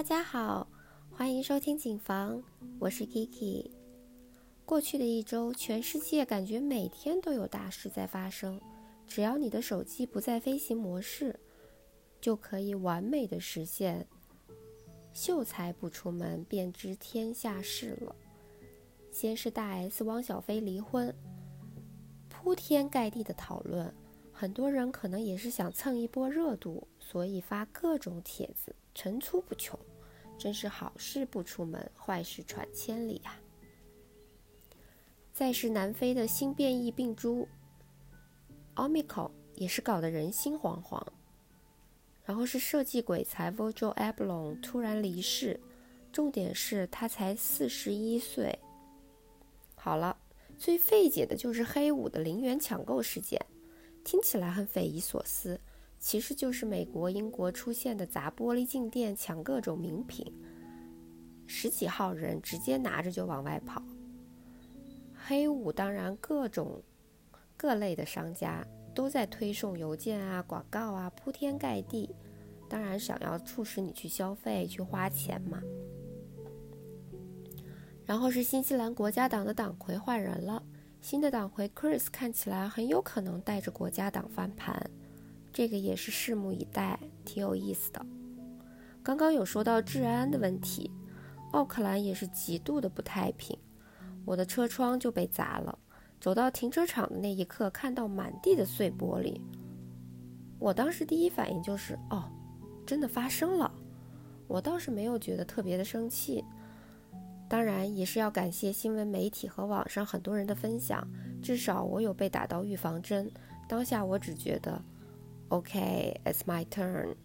家好，欢迎收听警房，我是 Kiki。过去的一周，全世界感觉每天都有大事在发生，只要你的手机不在飞行模式，就可以完美的实现秀才不出门便知天下事了。先是大 S 汪小菲离婚，铺天盖地的讨论，很多人可能也是想蹭一波热度，所以发各种帖子，层出不穷。真是好事不出门，坏事传千里啊。再是南非的新变异病株 Omicron 也是搞得人心惶惶。然后是设计鬼才 Virgil Abloh 突然离世，重点是他才41岁。好了，最费解的就是黑五的零元抢购事件，听起来很匪夷所思，其实就是美国、英国出现的砸玻璃进店抢各种名品，10几号人直接拿着就往外跑。黑五当然各类的商家都在推送邮件啊、广告啊，铺天盖地，当然想要促使你去消费、去花钱嘛。然后是新西兰国家党的党魁换人了，新的党魁 Chris 看起来很有可能带着国家党翻盘，这个也是拭目以待，挺有意思的。刚刚有说到治安的问题，奥克兰也是极度的不太平，我的车窗就被砸了，走到停车场的那一刻看到满地的碎玻璃，我当时第一反应就是真的发生了，我倒是没有觉得特别的生气。当然也是要感谢新闻媒体和网上很多人的分享，至少我有被打到预防针，当下我只觉得 OK, it's my turn。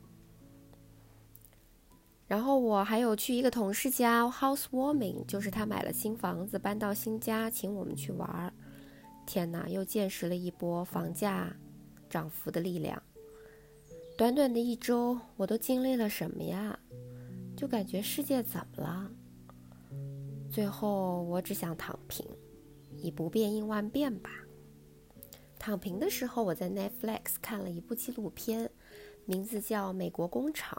然后我还有去一个同事家 housewarming， 就是他买了新房子搬到新家，请我们去玩。天哪，又见识了一波房价涨幅的力量。短短的一周我都经历了什么呀？就感觉世界怎么了？最后我只想躺平，以不变应万变吧。躺平的时候，我在 Netflix 看了一部纪录片，名字叫《美国工厂》，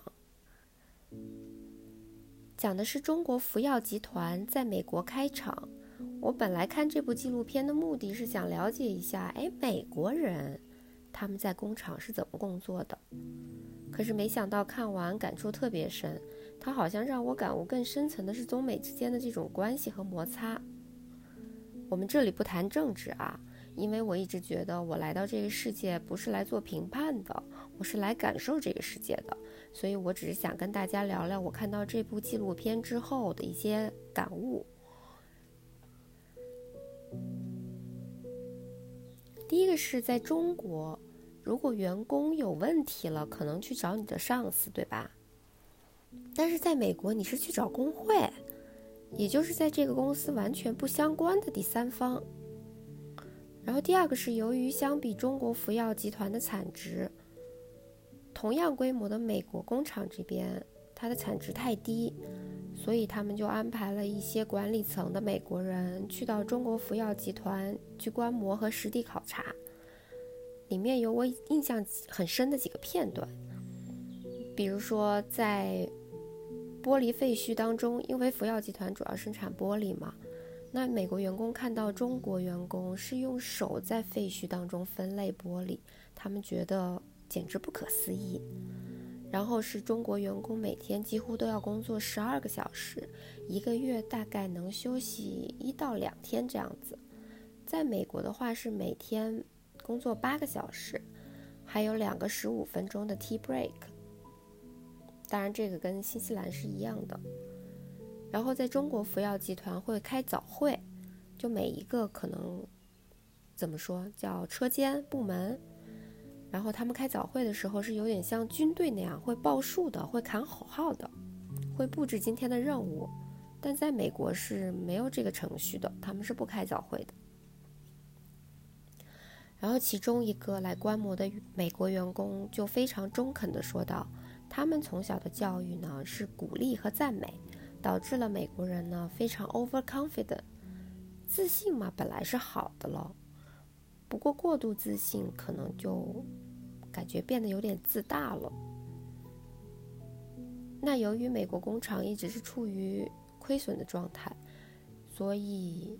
讲的是中国福耀集团在美国开厂。我本来看这部纪录片的目的是想了解一下，美国人他们在工厂是怎么工作的。可是没想到看完感触特别深，它好像让我感悟更深层的是中美之间的这种关系和摩擦。我们这里不谈政治啊，因为我一直觉得我来到这个世界不是来做评判的，我是来感受这个世界的，所以我只是想跟大家聊聊我看到这部纪录片之后的一些感悟。第一个是在中国，如果员工有问题了，可能去找你的上司，对吧？但是在美国你是去找工会，也就是在这个公司完全不相关的第三方。然后第二个是由于相比中国福耀集团的产值，同样规模的美国工厂这边它的产值太低，所以他们就安排了一些管理层的美国人去到中国福耀集团去观摩和实地考察。里面有我印象很深的几个片段，比如说在玻璃废墟当中，因为福耀集团主要生产玻璃嘛，那美国员工看到中国员工是用手在废墟当中分类玻璃，他们觉得简直不可思议。然后是中国员工每天几乎都要工作12个小时，一个月大概能休息1到2天这样子。在美国的话是每天工作8个小时，还有2个15分钟的 tea break， 当然这个跟新西兰是一样的。然后在中国福耀集团会开早会，就每一个可能怎么说叫车间部门，然后他们开早会的时候是有点像军队那样，会报数的，会喊口号的，会布置今天的任务。但在美国是没有这个程序的，他们是不开早会的。然后其中一个来观摩的美国员工就非常中肯地说道，他们从小的教育呢是鼓励和赞美，导致了美国人呢非常 overconfident， 自信嘛本来是好的了，不过过度自信可能就感觉变得有点自大了。 那由于美国工厂一直是处于亏损的状态，所以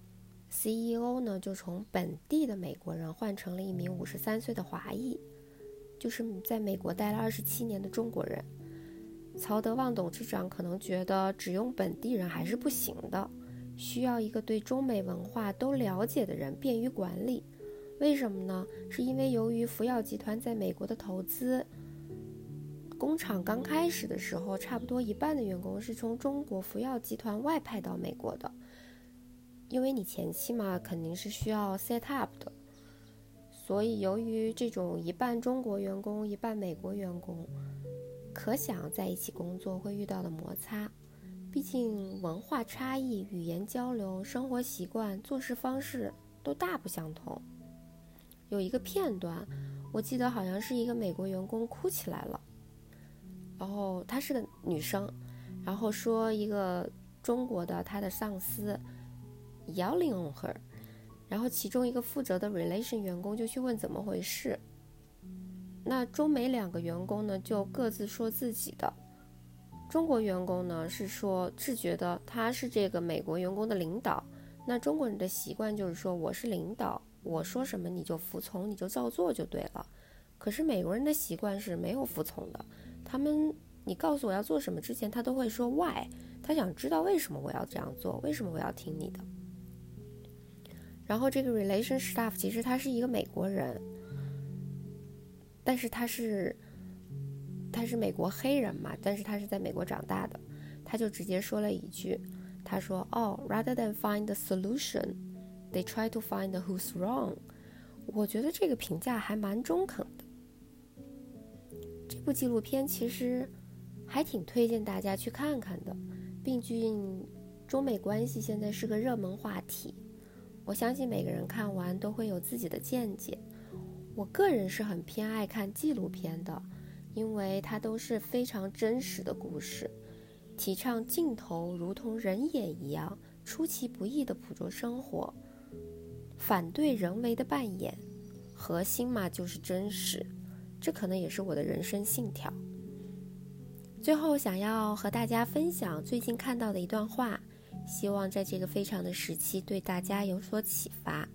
CEO 呢就从本地的美国人换成了一名53岁的华裔，就是在美国待了27年的中国人。曹德旺董事长可能觉得只用本地人还是不行的，需要一个对中美文化都了解的人，便于管理。为什么呢？是因为由于福耀集团在美国的投资，工厂刚开始的时候，差不多一半的员工是从中国福耀集团外派到美国的，因为你前期嘛，肯定是需要 set up 的，所以由于这种一半中国员工，一半美国员工，可想在一起工作会遇到的摩擦，毕竟文化差异、语言交流、生活习惯、做事方式都大不相同。有一个片段，我记得好像是一个美国员工哭起来了，然后她是个女生，然后说一个中国的她的上司 yelling on her， 然后其中一个负责的 relation 员工就去问怎么回事。那中美两个员工呢，就各自说自己的。中国员工呢是觉得他是这个美国员工的领导，那中国人的习惯就是说我是领导，我说什么你就服从，你就照做就对了。可是美国人的习惯是没有服从的，你告诉我要做什么之前，他都会说 why， 他想知道为什么我要这样做，为什么我要听你的。然后这个 relation staff 其实他是一个美国人，但是他是美国黑人嘛，但是他是在美国长大的，他就直接说了一句，他说rather than find the solution, they try to find who's wrong。 我觉得这个评价还蛮中肯的。这部纪录片其实还挺推荐大家去看看的，毕竟中美关系现在是个热门话题，我相信每个人看完都会有自己的见解。我个人是很偏爱看纪录片的，因为它都是非常真实的故事，提倡镜头如同人眼一样出其不意的捕捉生活，反对人为的扮演，核心嘛就是真实，这可能也是我的人生信条。最后想要和大家分享最近看到的一段话，希望在这个非常的时期对大家有所启发。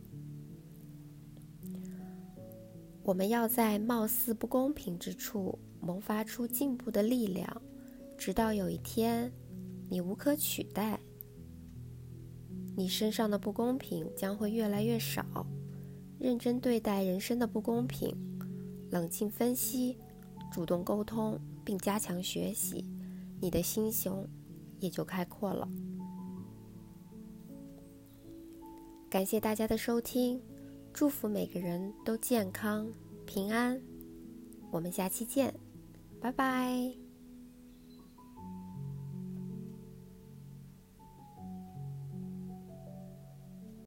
我们要在貌似不公平之处萌发出进步的力量，直到有一天你无可取代，你身上的不公平将会越来越少。认真对待人生的不公平，冷静分析，主动沟通，并加强学习，你的心胸也就开阔了。感谢大家的收听，祝福每个人都健康平安，我们下期见，拜拜。